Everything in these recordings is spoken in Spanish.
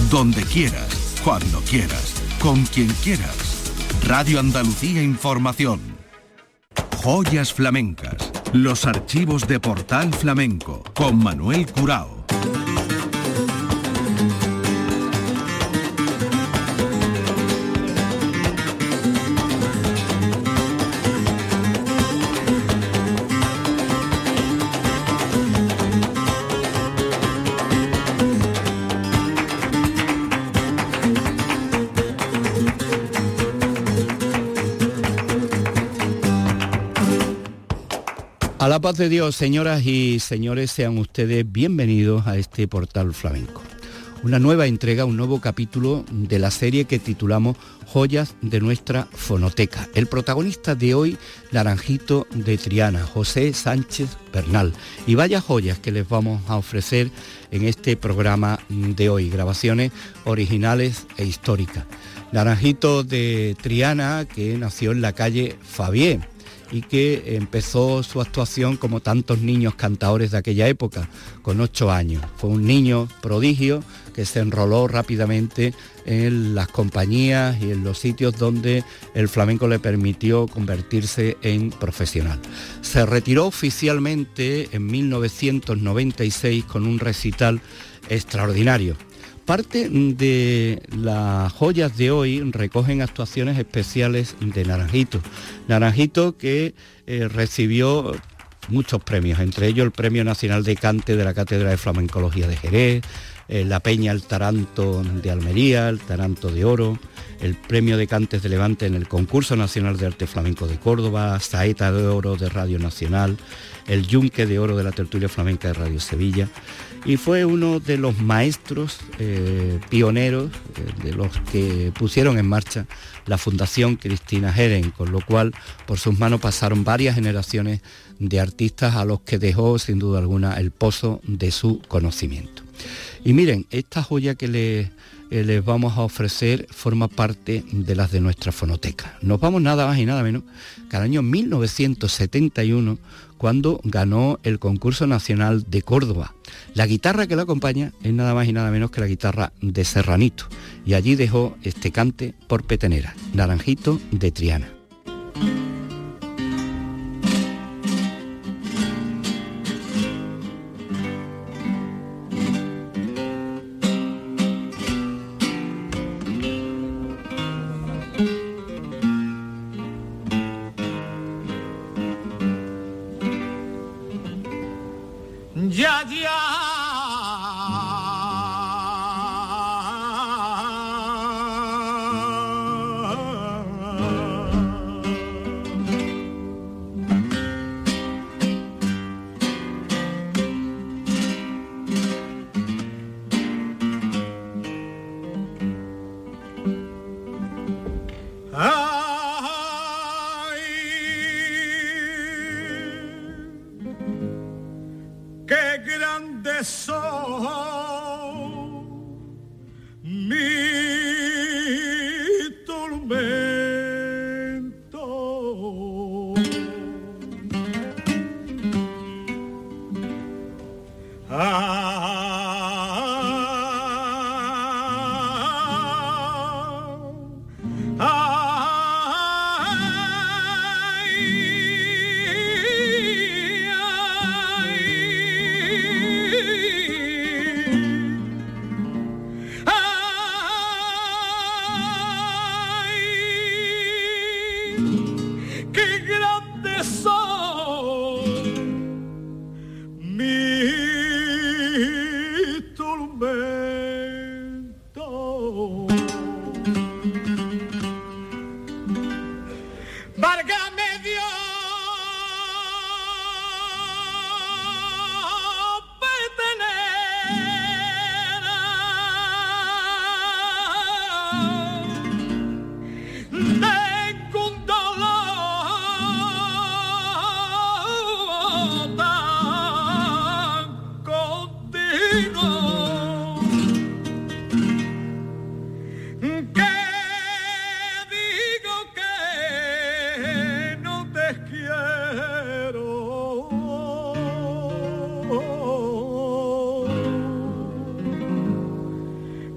donde quieras, cuando quieras, con quien quieras. Radio Andalucía Información. Joyas flamencas. Los archivos de Portal Flamenco con Manuel Curao. A la paz de Dios, señoras y señores, sean ustedes bienvenidos a este Portal Flamenco. Una nueva entrega, un nuevo capítulo de la serie que titulamos Joyas de nuestra fonoteca. El protagonista de hoy, Naranjito de Triana, José Sánchez Bernal. Y vaya joyas que les vamos a ofrecer en este programa de hoy, grabaciones originales e históricas. Naranjito de Triana, que nació en la calle Fabié, y que empezó su actuación como tantos niños cantadores de aquella época, con 8 años. Fue un niño prodigio que se enroló rápidamente en las compañías y en los sitios donde el flamenco le permitió convertirse en profesional. Se retiró oficialmente en 1996 con un recital extraordinario. Parte de las joyas de hoy recogen actuaciones especiales de Naranjito. Naranjito que recibió muchos premios, entre ellos el Premio Nacional de Cante de la Cátedra de Flamencología de Jerez, la Peña El Taranto de Almería, el Taranto de Oro, el Premio de Cantes de Levante en el Concurso Nacional de Arte Flamenco de Córdoba, Saeta de Oro de Radio Nacional, el Yunque de Oro de la Tertulia Flamenca de Radio Sevilla, y fue uno de los maestros pioneros, de los que pusieron en marcha la Fundación Cristina Jerez, con lo cual por sus manos pasaron varias generaciones de artistas a los que dejó sin duda alguna el pozo de su conocimiento. Y miren, esta joya que les vamos a ofrecer forma parte de las de nuestra fonoteca. Nos vamos nada más y nada menos que al año 1971, cuando ganó el concurso nacional de Córdoba. La guitarra que la acompaña es nada más y nada menos que la guitarra de Serranito, y allí dejó este cante por petenera, Naranjito de Triana.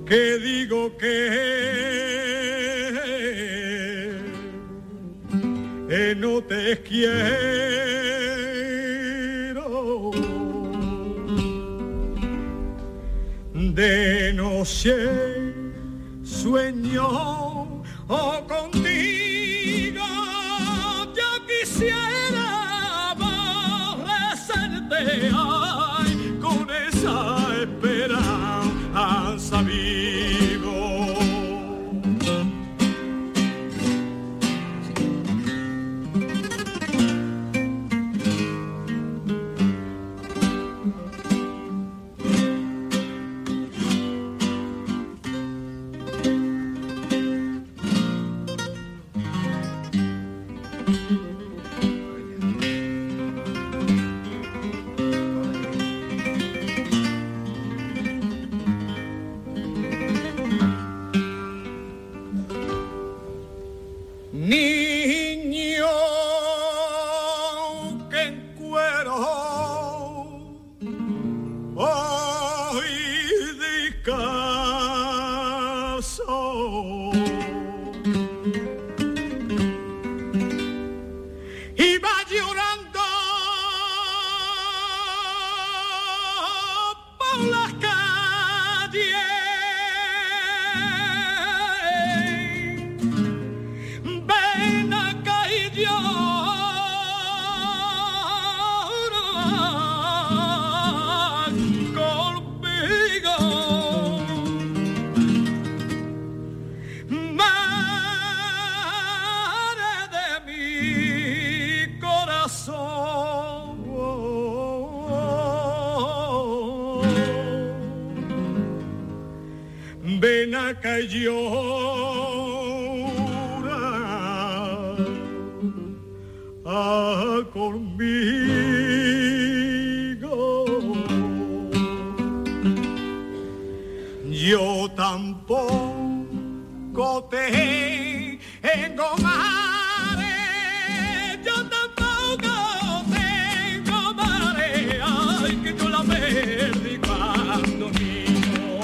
que digo que no te quiero. De noche sueño contigo, yo quisiera aborrecerte, ay, con esa esperanza vivo. Niño que en cuero hoy descalzo y va llorando por las calles. Ven acá y llora conmigo, madre de mi corazón. Ven acá y llora conmigo. Yo tampoco tengo madre, yo tampoco tengo madre, ay, que yo la perdí cuando niño.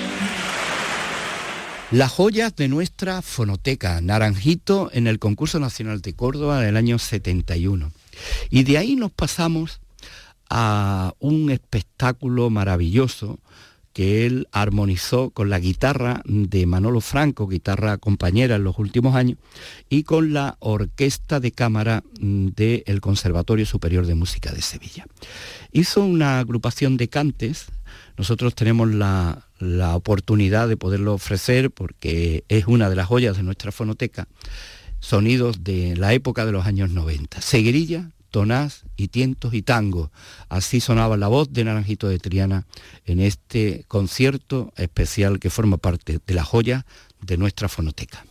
Las joyas de nuestra fonoteca, Naranjito en el Concurso Nacional de Córdoba del año 71. Y de ahí nos pasamos a un espectáculo maravilloso que él armonizó con la guitarra de Manolo Franco, guitarra compañera en los últimos años, y con la orquesta de cámara del Conservatorio Superior de Música de Sevilla. Hizo una agrupación de cantes. Nosotros tenemos la oportunidad de poderlo ofrecer porque es una de las joyas de nuestra fonoteca, sonidos de la época de los años 90. Seguirilla, tonás y tientos y tango. Así sonaba la voz de Naranjito de Triana en este concierto especial que forma parte de la joya de nuestra fonoteca.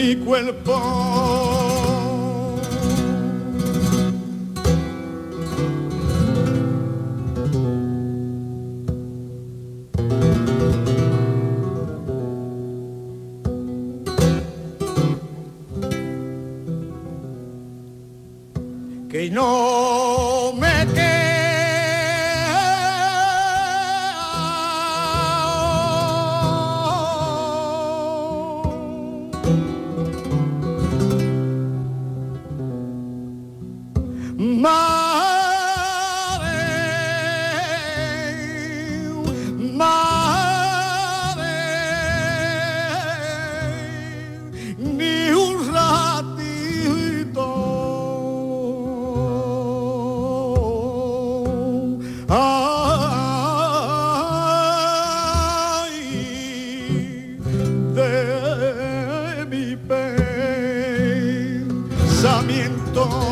mi cuerpo. Que no me queda ni un ratito. Ay, de mi pensamiento.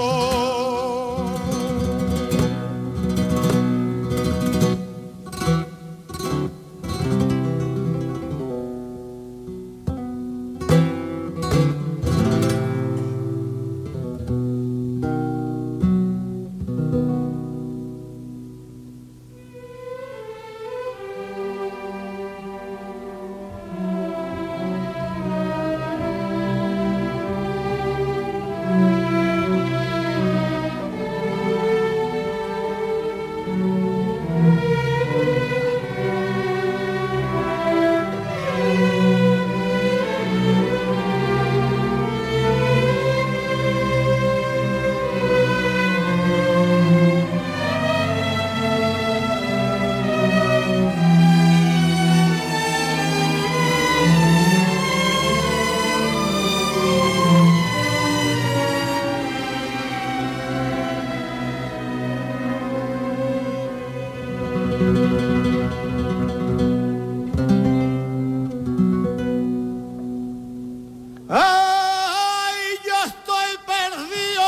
Ay, yo estoy perdido.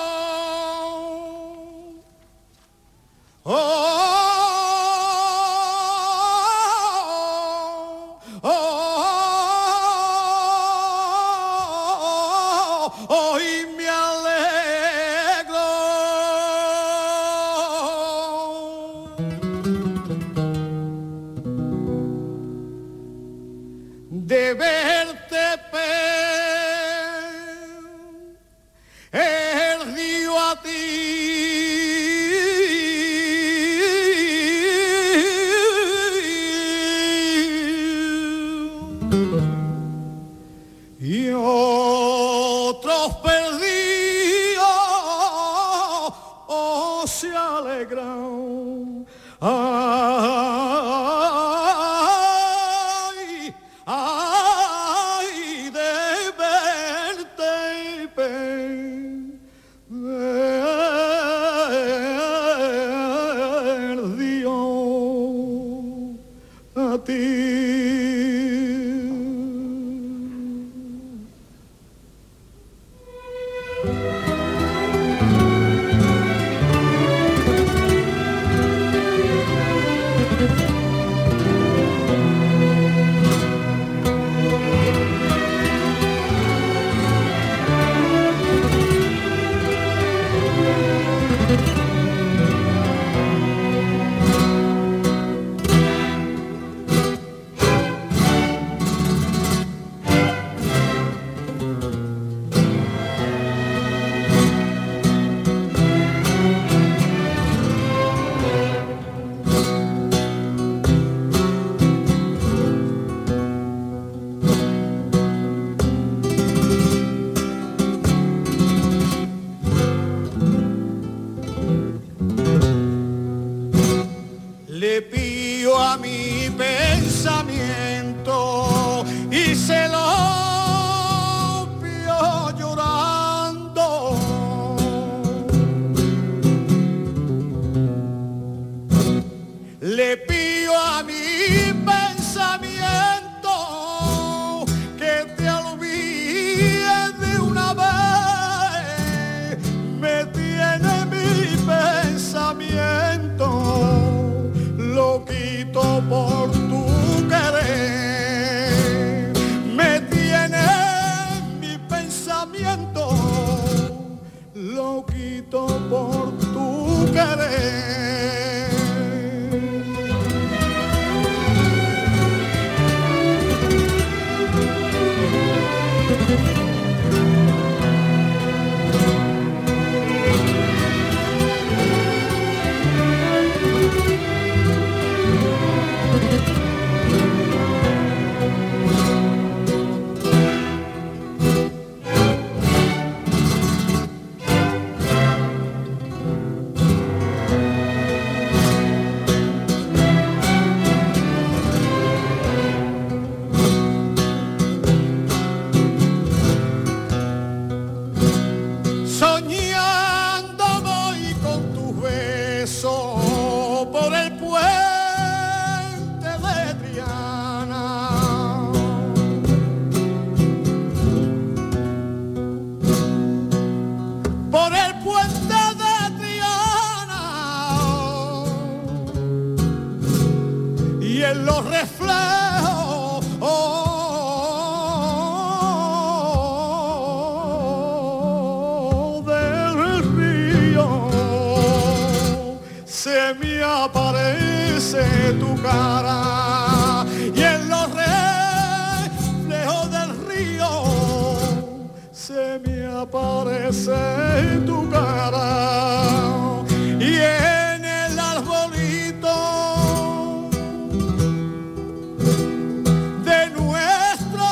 Oh, oh, oh, oh, y me alegro de verte perdido a ti. Y otros perdidos se alegran. Ay, ay, de verte perdido a ti. Le pido a mi pensamiento y se lo pido llorando. Le pido a mi pensamiento que te olvides de una vez. Me tiene mi pensamiento loquito por tu querer, me tiene por tu querer. Tu cara y en los reflejos del río se me aparece tu cara y en el arbolito de nuestro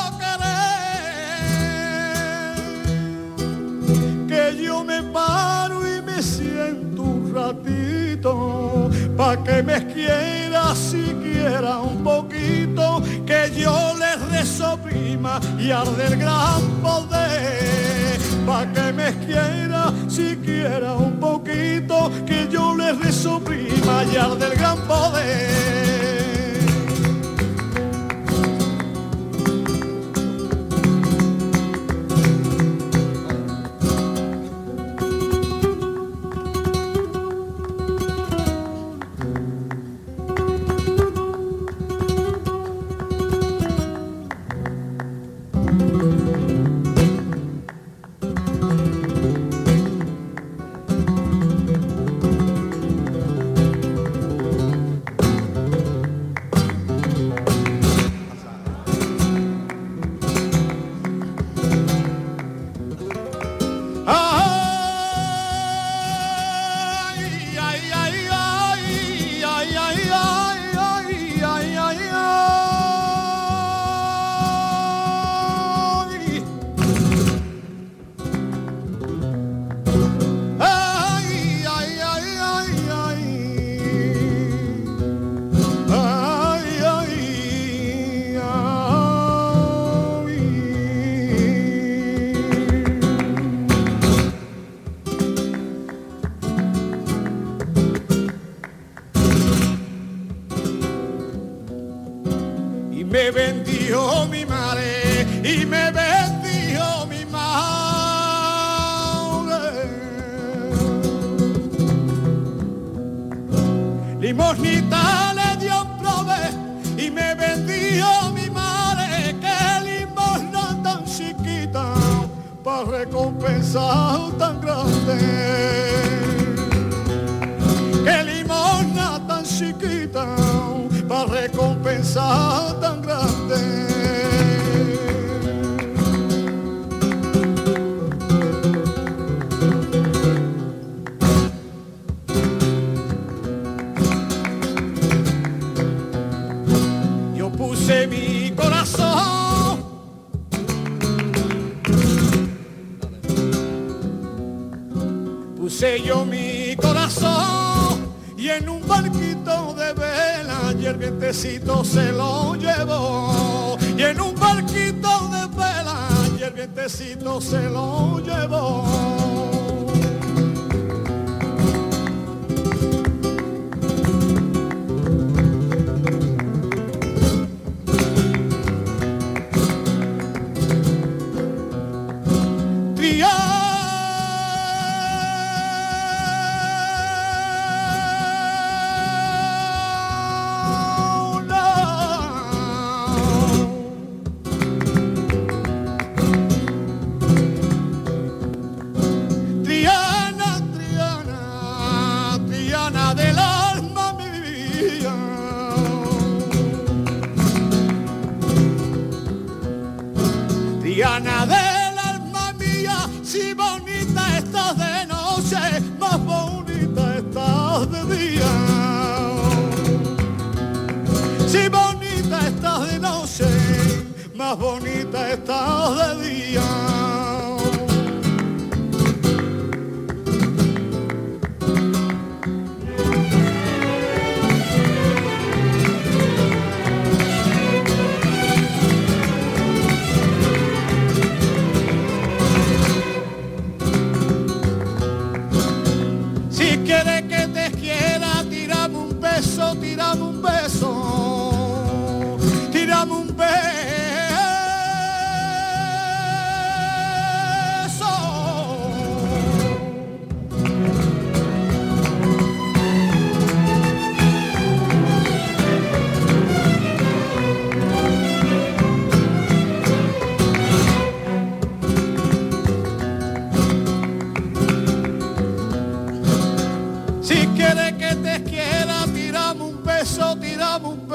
querer que yo me paro y me siento un ratito pa' que me quiera siquiera un poquito, que yo le rezo prima y arde el gran poder. Pa' que me quiera siquiera un poquito, que yo le rezo prima y arde el gran poder. Me bendijo mi madre y me bendijo mi madre. Limosnita le dio un prove y me bendijo mi madre. Que limosna tan chiquita para recompensar tan grande. Que limosna tan chiquita para recompensar tan grande. Yo puse mi corazón puse yo mi corazón y en un barquito de vela y el vientecito se lo llevó. Y en un barquito de vela y el vientecito se lo llevó. tírame un beso, tírame un beso. Si quieres que te quiera, tírame un beso, tírame un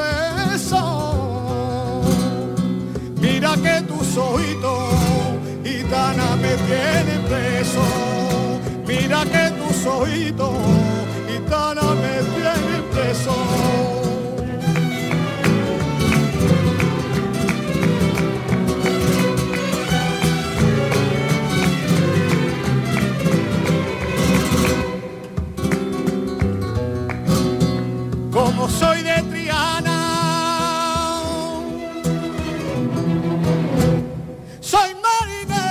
beso. Mira que tus ojitos, gitana, me tienen preso. Mira que tus ojitos, gitana, me tienen preso. Como soy de Triana, soy marinero,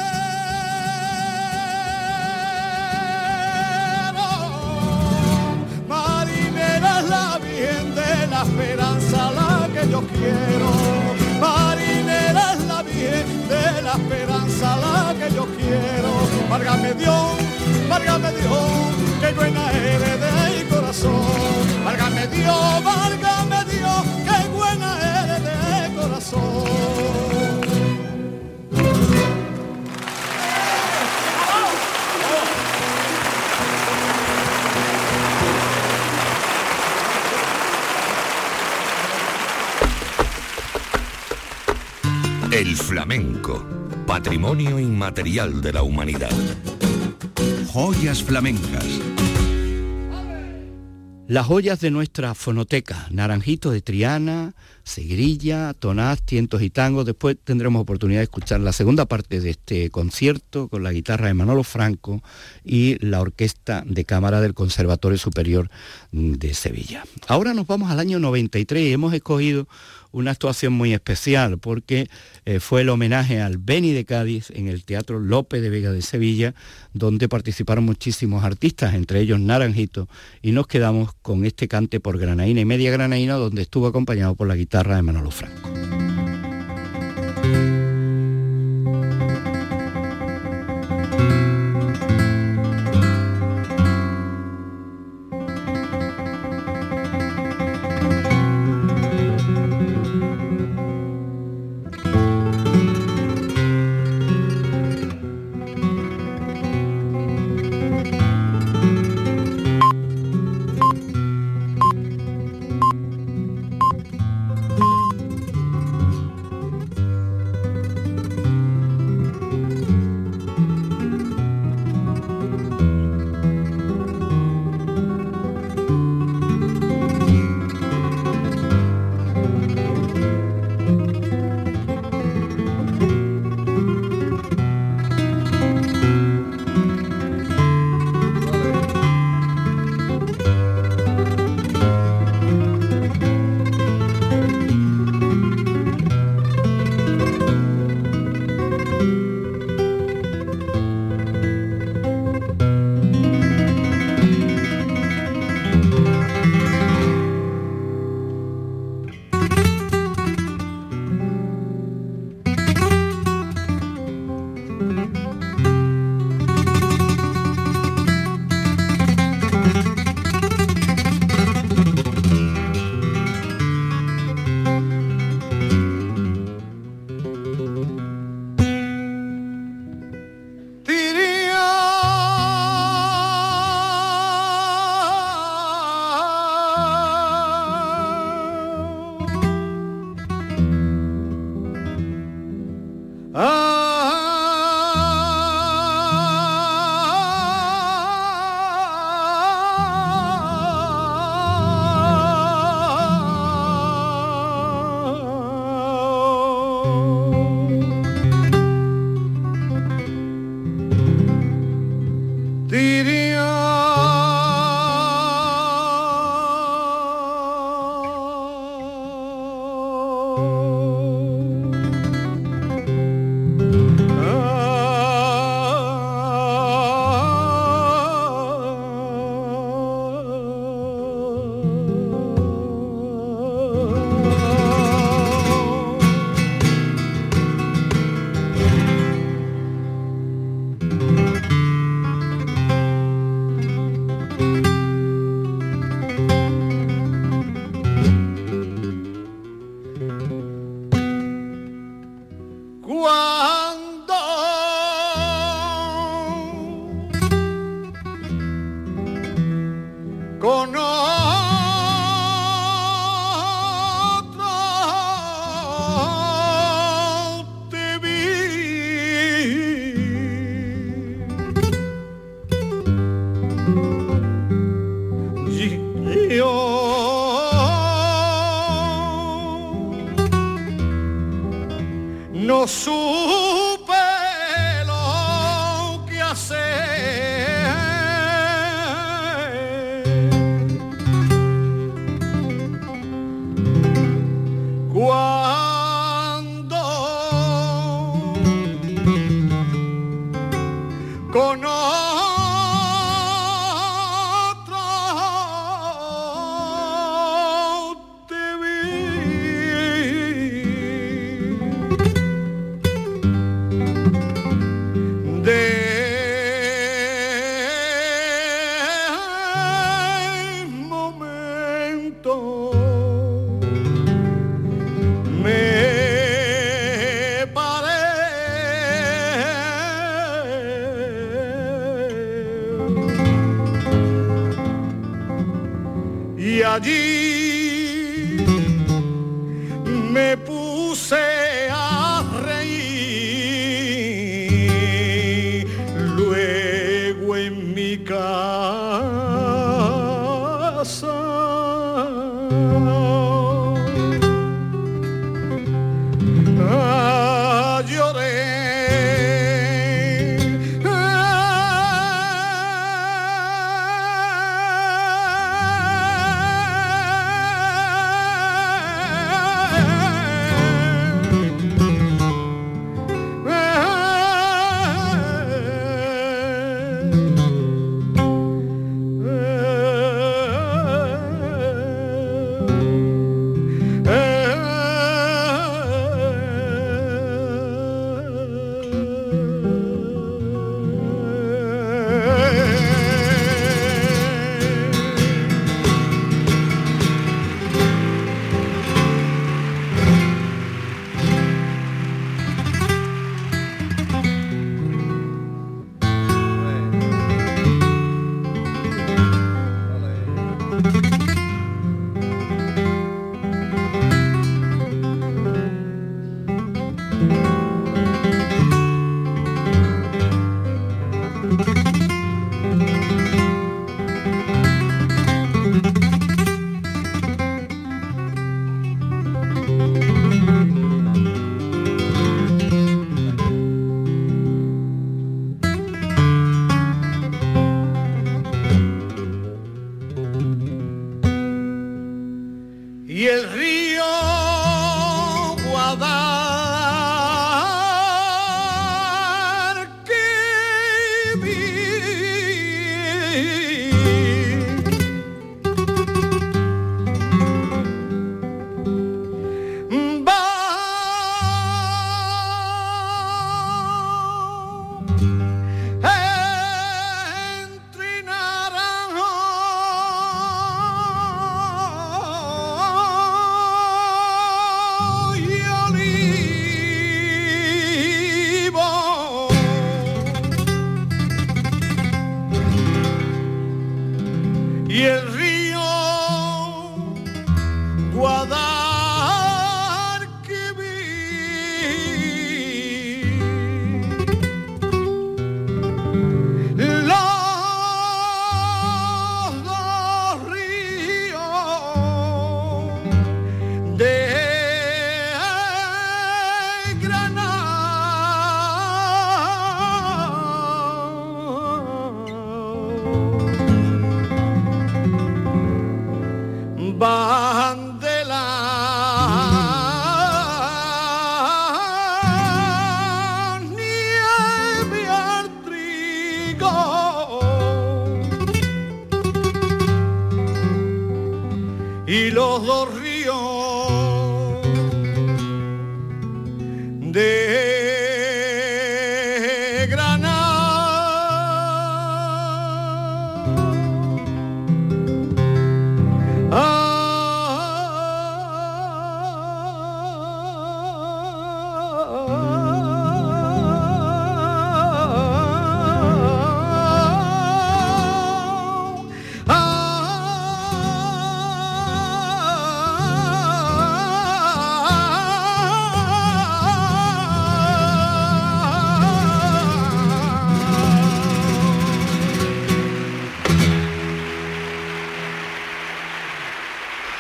marinera es la Virgen de la Esperanza, la que yo quiero, marinera es la Virgen de la Esperanza, la que yo quiero, válgame Dios, que buena eres de corazón, válgame Dios, que buena eres de corazón. El flamenco, patrimonio inmaterial de la humanidad. Joyas flamencas. Las joyas de nuestra fonoteca, Naranjito de Triana, Segrilla, Tonás, Tientos y Tangos. Después tendremos oportunidad de escuchar la segunda parte de este concierto con la guitarra de Manolo Franco y la orquesta de cámara del Conservatorio Superior de Sevilla. Ahora nos vamos al año 93 y hemos escogido una actuación muy especial porque fue el homenaje al Beni de Cádiz en el Teatro Lope de Vega de Sevilla, donde participaron muchísimos artistas, entre ellos Naranjito, y nos quedamos con este cante por granaína y media granaína, donde estuvo acompañado por la guitarra de Manolo Franco. con no supe lo que hacer cuando con allí me puse a reír, luego en mi casa lloré. Y el río y los dos ríos de Granada.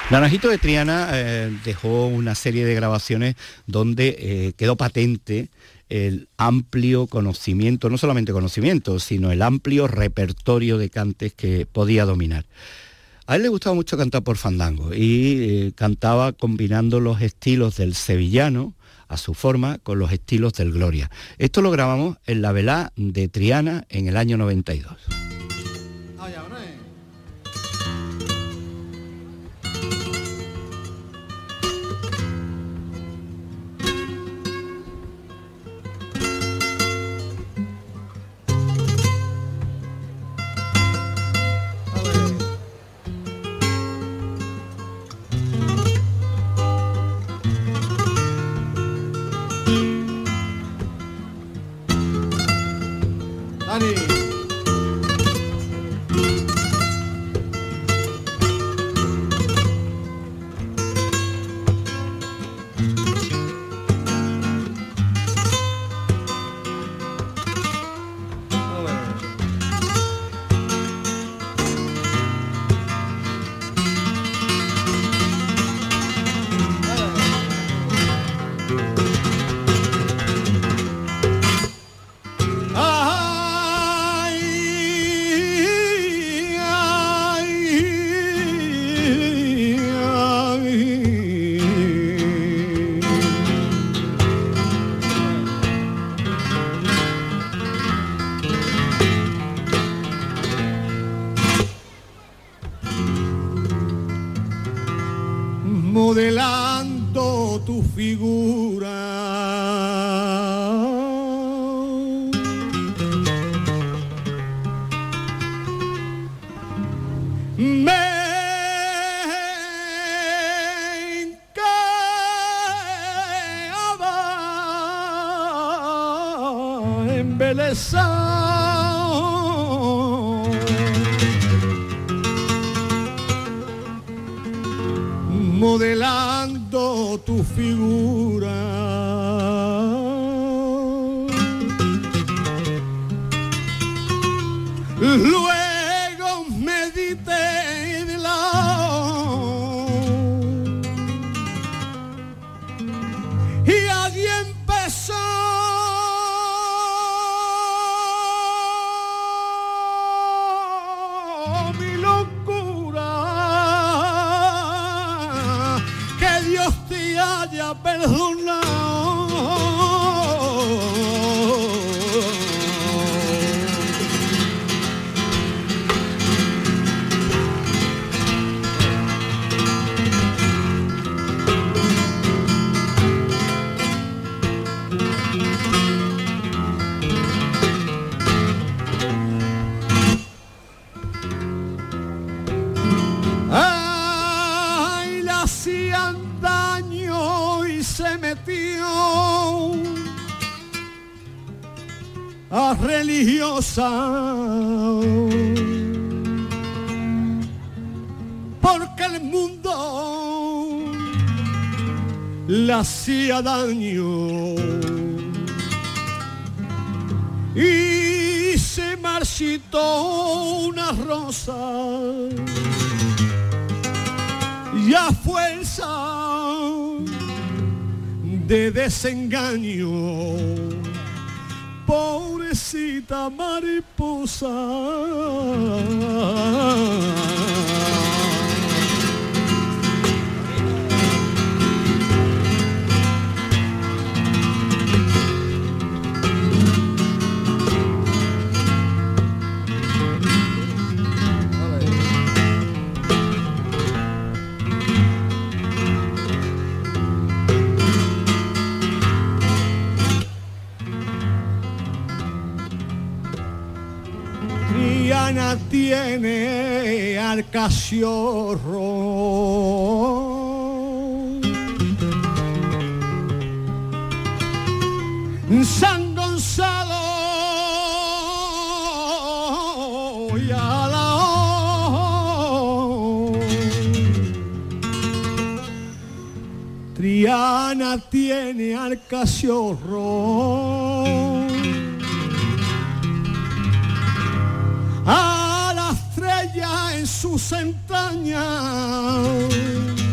Naranjito de Triana dejó una serie de grabaciones donde quedó patente el amplio conocimiento, no solamente conocimiento, sino el amplio repertorio de cantes que podía dominar. A él le gustaba mucho cantar por fandango y cantaba combinando los estilos del sevillano a su forma con los estilos del Gloria. Esto lo grabamos en la velá de Triana en el año 92. Modelando tu figura, me encantaba embelesado, modelando tu figura. Luego medité de lado y allí empezó mi locura. Que Dios te haya perdonado. Ay, le hacían daño y se metió a religiosa, porque el mundo le hacía daño y se marchitó una rosa y a fuerza de desengaño, pobrecita mariposa. Triana tiene al cachorro, San Gonzalo y a la Triana tiene al cachorro, a la estrella en sus entrañas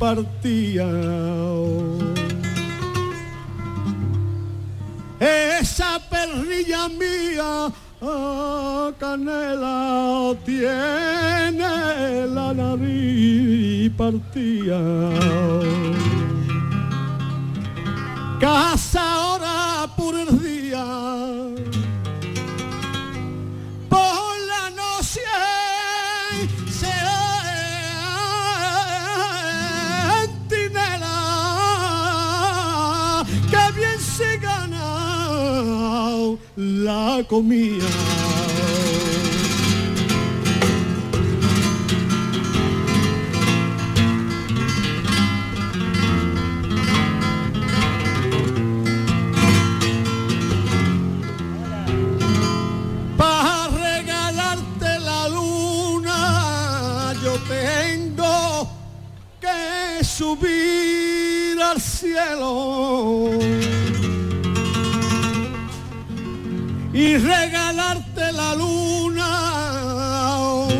partía. Esa perrilla mía, canela, tiene la nariz partía. Casa ahora por el día, por la noche sentinela, que bien se gana la comida. Para regalarte la luna yo tengo que subir al cielo y regalarte la luna,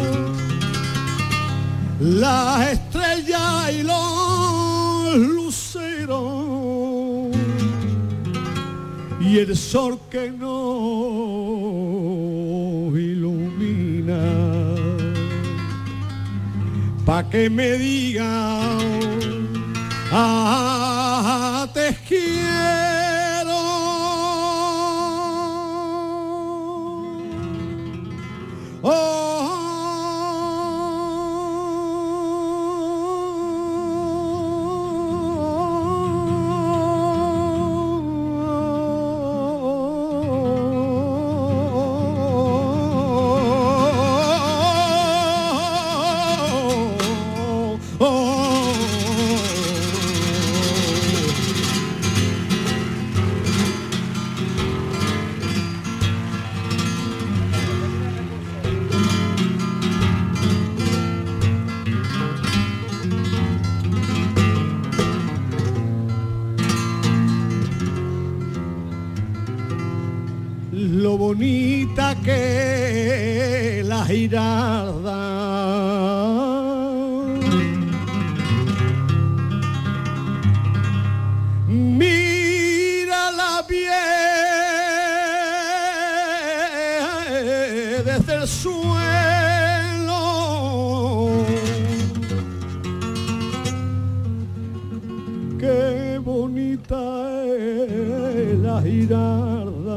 las estrellas y los luceros y el sol que nos ilumina, pa' que me digan, te quiero. Lo bonita que la girarda, mírala bien desde el suelo, qué bonita es la girarda.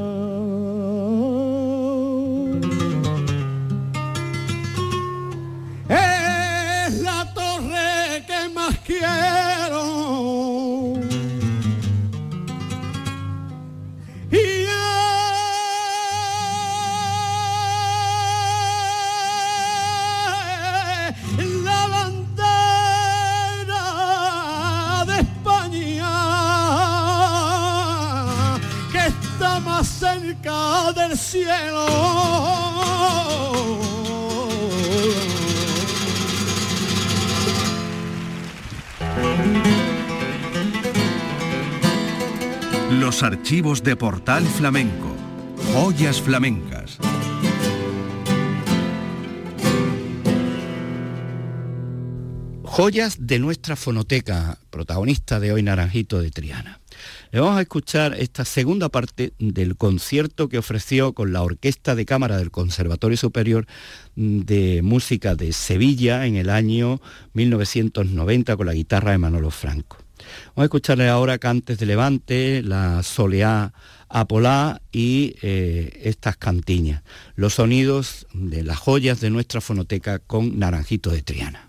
Quiero y la bandera de España que está más cerca del cielo. Los archivos de Portal Flamenco. Joyas flamencas. Joyas de nuestra fonoteca, protagonista de hoy Naranjito de Triana. Le vamos a escuchar esta segunda parte del concierto que ofreció con la Orquesta de Cámara del Conservatorio Superior de Música de Sevilla en el año 1990 con la guitarra de Manolo Franco. Vamos a escucharle ahora Cantes de Levante, la Soleá Apolá y estas cantiñas, los sonidos de las joyas de nuestra fonoteca con Naranjito de Triana.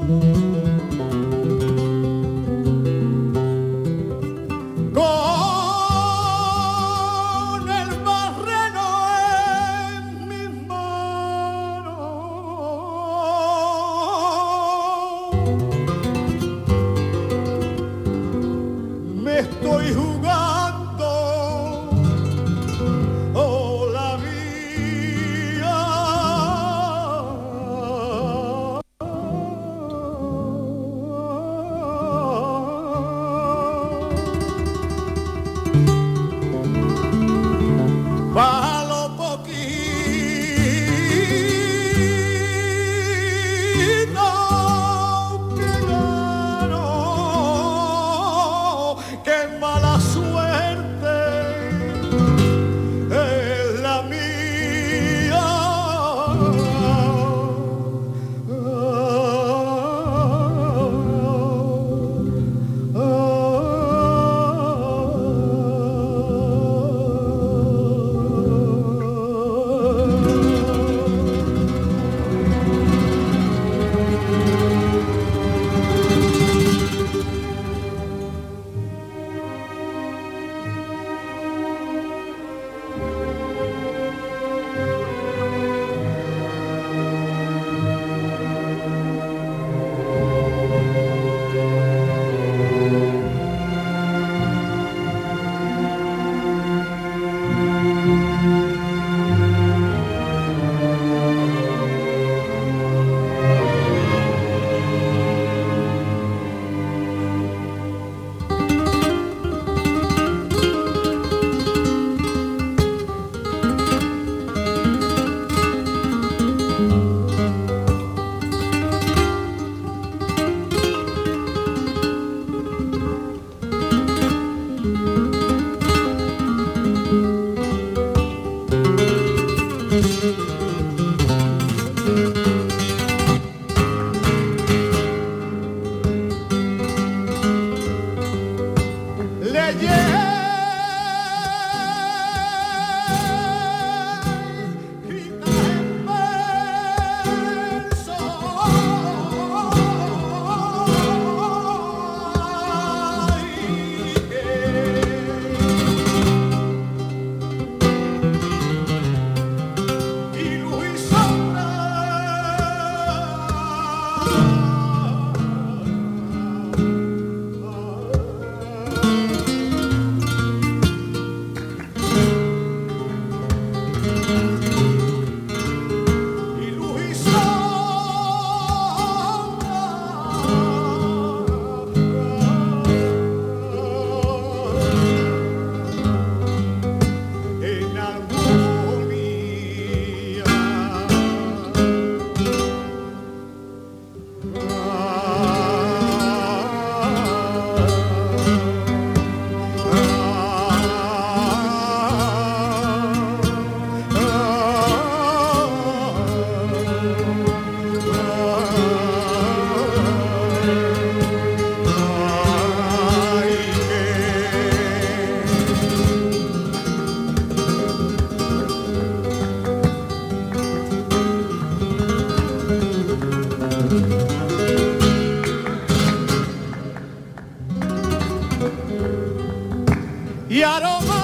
y aroma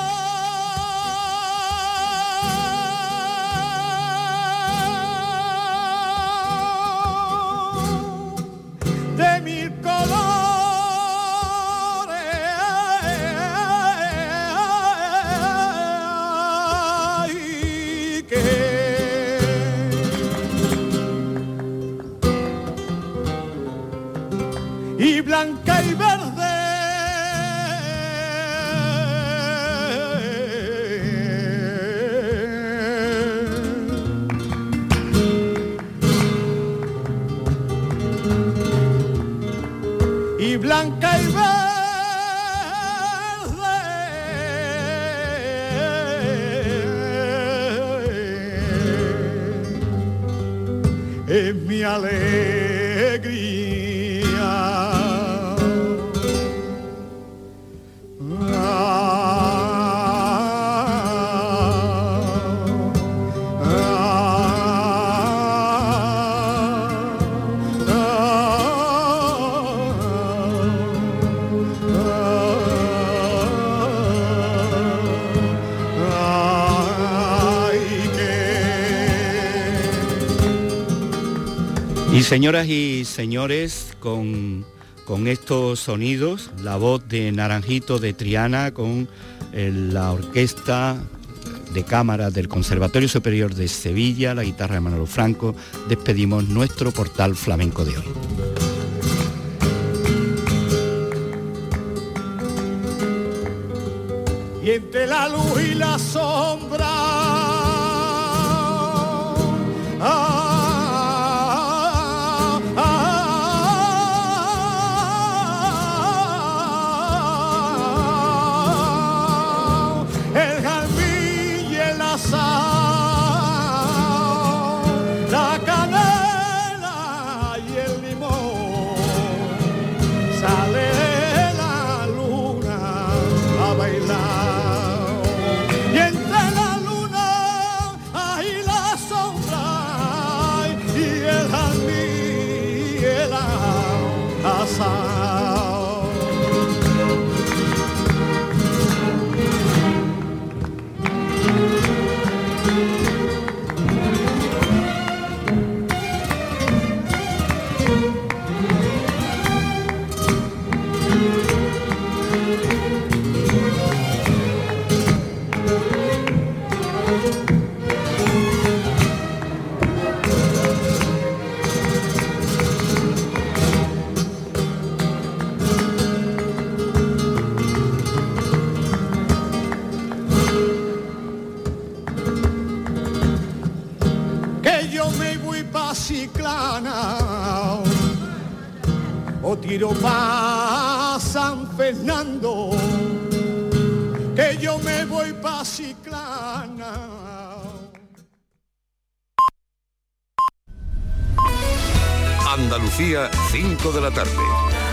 de mil colores y blanca y verde blanca y verde es mi alegría. Y señoras y señores, con estos sonidos, la voz de Naranjito de Triana con la orquesta de cámara del Conservatorio Superior de Sevilla, la guitarra de Manolo Franco, despedimos nuestro portal flamenco de hoy. Y entre la luz y la sombra, el jazmín y el azahar, la canela y el limón, sale la luna a bailar. Y entre la luna hay la sombra y el jazmín y el azahar. Chiclana o tiro pa' San Fernando, que yo me voy pa' Chiclana. Andalucía, 5 de la tarde.